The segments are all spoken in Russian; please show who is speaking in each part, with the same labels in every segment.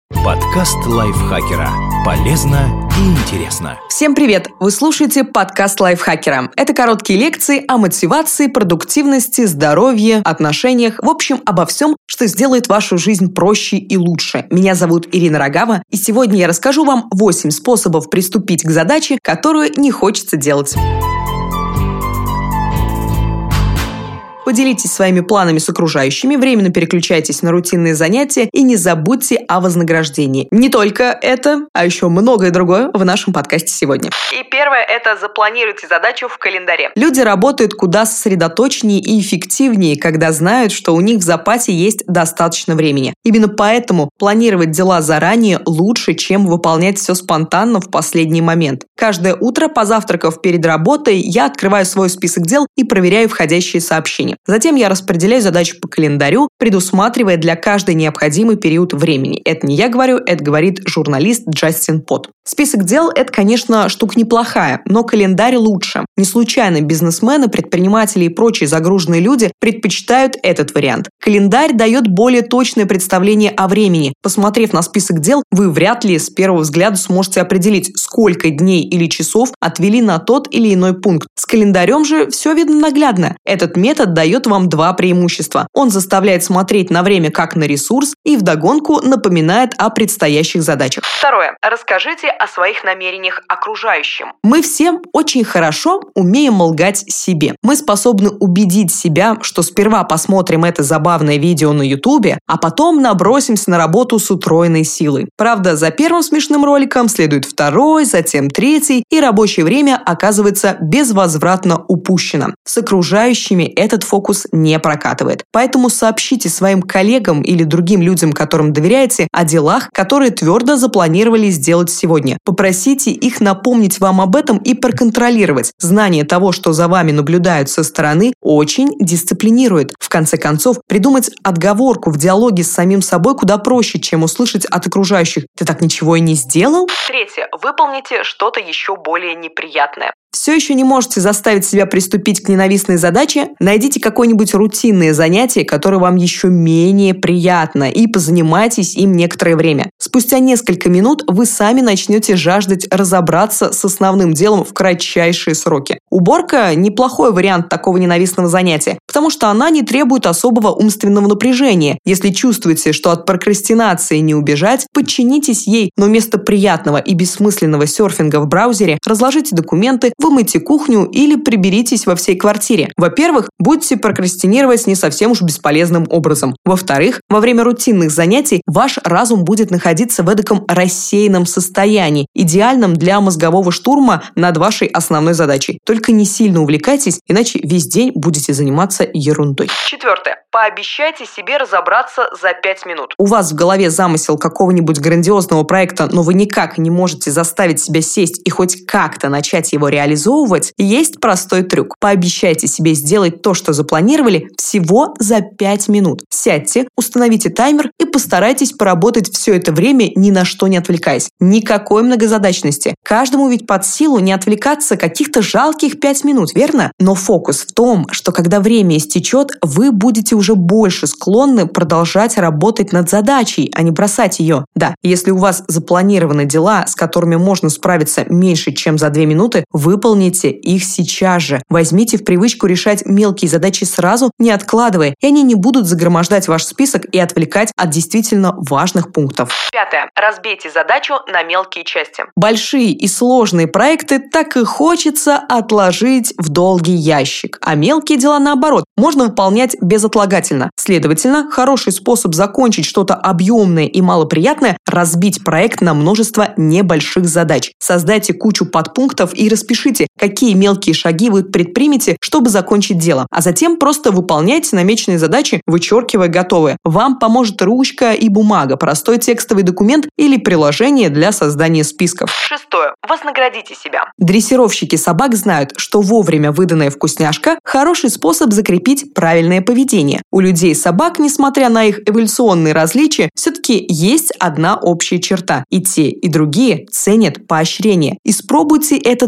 Speaker 1: Подкаст лайфхакера. Полезно и интересно.
Speaker 2: Всем привет! Вы слушаете подкаст лайфхакера. Это короткие лекции о мотивации, продуктивности, здоровье, отношениях, в общем, обо всем, что сделает вашу жизнь проще и лучше. Меня зовут Ирина Рогава, и сегодня я расскажу вам 8 способов приступить к задаче, которую не хочется делать. Поделитесь своими планами с окружающими, временно переключайтесь на рутинные занятия и не забудьте о вознаграждении. Не только это, а еще многое другое в нашем подкасте сегодня. И первое – это запланируйте задачу в календаре. Люди работают куда сосредоточеннее и эффективнее, когда знают, что у них в запасе есть достаточно времени. Именно поэтому планировать дела заранее лучше, чем выполнять все спонтанно в последний момент. Каждое утро, позавтракав перед работой, я открываю свой список дел и проверяю входящие сообщения. Затем я распределяю задачу по календарю, предусматривая для каждой необходимый период времени. Это не я говорю, это говорит журналист Джастин Пот. Список дел – это, конечно, штука неплохая, но календарь лучше. Не случайно бизнесмены, предприниматели и прочие загруженные люди предпочитают этот вариант. Календарь дает более точное представление о времени. Посмотрев на список дел, вы вряд ли с первого взгляда сможете определить, сколько дней или часов отвели на тот или иной пункт. С календарем же все видно наглядно. Этот метод дает вам два преимущества. Он заставляет смотреть на время как на ресурс и вдогонку напоминает о предстоящих задачах. Второе. Расскажите о своих намерениях окружающим. Мы все очень хорошо умеем лгать себе. Мы способны убедить себя, что сперва посмотрим это забавное видео на Ютубе, а потом набросимся на работу с утроенной силой. Правда, за первым смешным роликом следует второй, затем третий, и рабочее время оказывается безвозвратно упущено. С окружающими этот фокус не прокатывает. Поэтому сообщите своим коллегам или другим людям, которым доверяете, о делах, которые твердо запланировали сделать сегодня. Попросите их напомнить вам об этом и проконтролировать. Знание того, что за вами наблюдают со стороны, очень дисциплинирует. В конце концов, придумать отговорку в диалоге с самим собой куда проще, чем услышать от окружающих: «Ты так ничего и не сделал?» Третье. Выполните что-то еще более неприятное. Все еще не можете заставить себя приступить к ненавистной задаче? Найдите какое-нибудь рутинное занятие, которое вам еще менее приятно, и позанимайтесь им некоторое время. Спустя несколько минут вы сами начнете жаждать разобраться с основным делом в кратчайшие сроки. Уборка – неплохой вариант такого ненавистного занятия, потому что она не требует особого умственного напряжения. Если чувствуете, что от прокрастинации не убежать, подчинитесь ей, но вместо приятного и бессмысленного серфинга в браузере разложите документы, вымойте кухню или приберитесь во всей квартире. Во-первых, будете прокрастинировать не совсем уж бесполезным образом. Во-вторых, во время рутинных занятий ваш разум будет находиться в эдаком рассеянном состоянии, идеальном для мозгового штурма над вашей основной задачей. Только не сильно увлекайтесь, иначе весь день будете заниматься ерундой. Четвертое. Пообещайте себе разобраться за 5 минут. У вас в голове замысел какого-нибудь грандиозного проекта, но вы никак не можете заставить себя сесть и хоть как-то начать его реализовывать, есть простой трюк. Пообещайте себе сделать то, что запланировали, всего за 5 минут. Сядьте, установите таймер и постарайтесь поработать все это время, ни на что не отвлекаясь. Никакой многозадачности. Каждому ведь под силу не отвлекаться каких-то жалких 5 минут, верно? Но фокус в том, что когда время истечет, вы будете уже больше склонны продолжать работать над задачей, а не бросать ее. Да, если у вас запланированы дела, с которыми можно справиться меньше, чем за 2 минуты, выполните их сейчас же. Возьмите в привычку решать мелкие задачи сразу, не откладывая, и они не будут загромождать ваш список и отвлекать от действительно важных пунктов. Пятое. Разбейте задачу на мелкие части. Большие и сложные проекты так и хочется отложить в долгий ящик, а мелкие дела, наоборот, можно выполнять безотлагательно. Следовательно, хороший способ закончить что-то объемное и малоприятное – разбить проект на множество небольших задач. Создайте кучу подпунктов и распишите, какие мелкие шаги вы предпримете, чтобы закончить дело. А затем просто выполняйте намеченные задачи, вычеркивая готовые. Вам поможет ручка и бумага, простой текстовый документ или приложение для создания списков. Шестое. Вознаградите себя. Дрессировщики собак знают, что вовремя выданная вкусняшка – хороший способ закрепить правильное поведение. У людей и собак, несмотря на их эволюционные различия, все-таки есть одна общая черта. И те, и другие ценят поощрение. Испробуйте этот способ.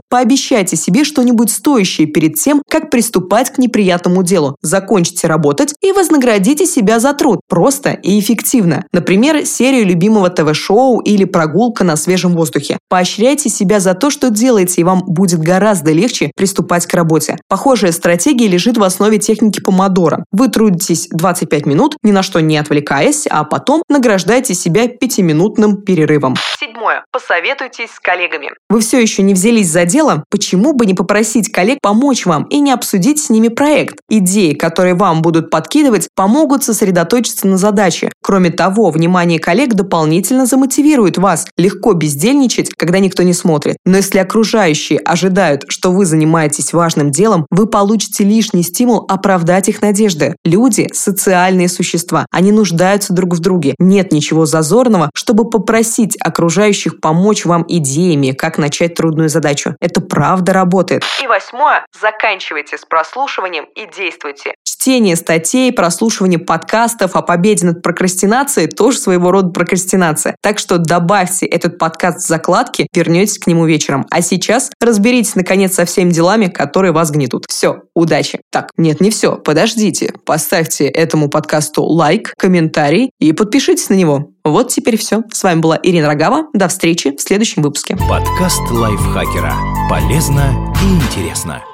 Speaker 2: Пообещайте себе что-нибудь стоящее перед тем, как приступать к неприятному делу. Закончите работать и вознаградите себя за труд. Просто и эффективно. Например, серию любимого ТВ-шоу или прогулка на свежем воздухе. Поощряйте себя за то, что делаете, и вам будет гораздо легче приступать к работе. Похожая стратегия лежит в основе техники помодоро. Вы трудитесь 25 минут, ни на что не отвлекаясь, а потом награждайте себя 5-минутным перерывом. 7. Посоветуйтесь с коллегами. Вы все еще не взялись за дело? Почему бы не попросить коллег помочь вам и не обсудить с ними проект? Идеи, которые вам будут подкидывать, помогут сосредоточиться на задаче. Кроме того, внимание коллег дополнительно замотивирует вас. Легко бездельничать, когда никто не смотрит. Но если окружающие ожидают, что вы занимаетесь важным делом, вы получите лишний стимул оправдать их надежды. Люди – социальные существа. Они нуждаются друг в друге. Нет ничего зазорного, чтобы попросить окружающих помочь вам идеями, как начать трудную задачу. Это правда работает. И 8. Заканчивайте с прослушиванием и действуйте. Чтение статей, прослушивание подкастов о победе над прокрастинацией тоже своего рода прокрастинация. Так что добавьте этот подкаст в закладки, вернетесь к нему вечером. А сейчас разберитесь, наконец, со всеми делами, которые вас гнетут. Все, удачи. Так, нет, не все. Подождите. Поставьте этому подкасту лайк, комментарий и подпишитесь на него. Вот теперь все. С вами была Ирина Рогава. До встречи в следующем выпуске.
Speaker 1: Подкаст лайфхакера. Полезно и интересно.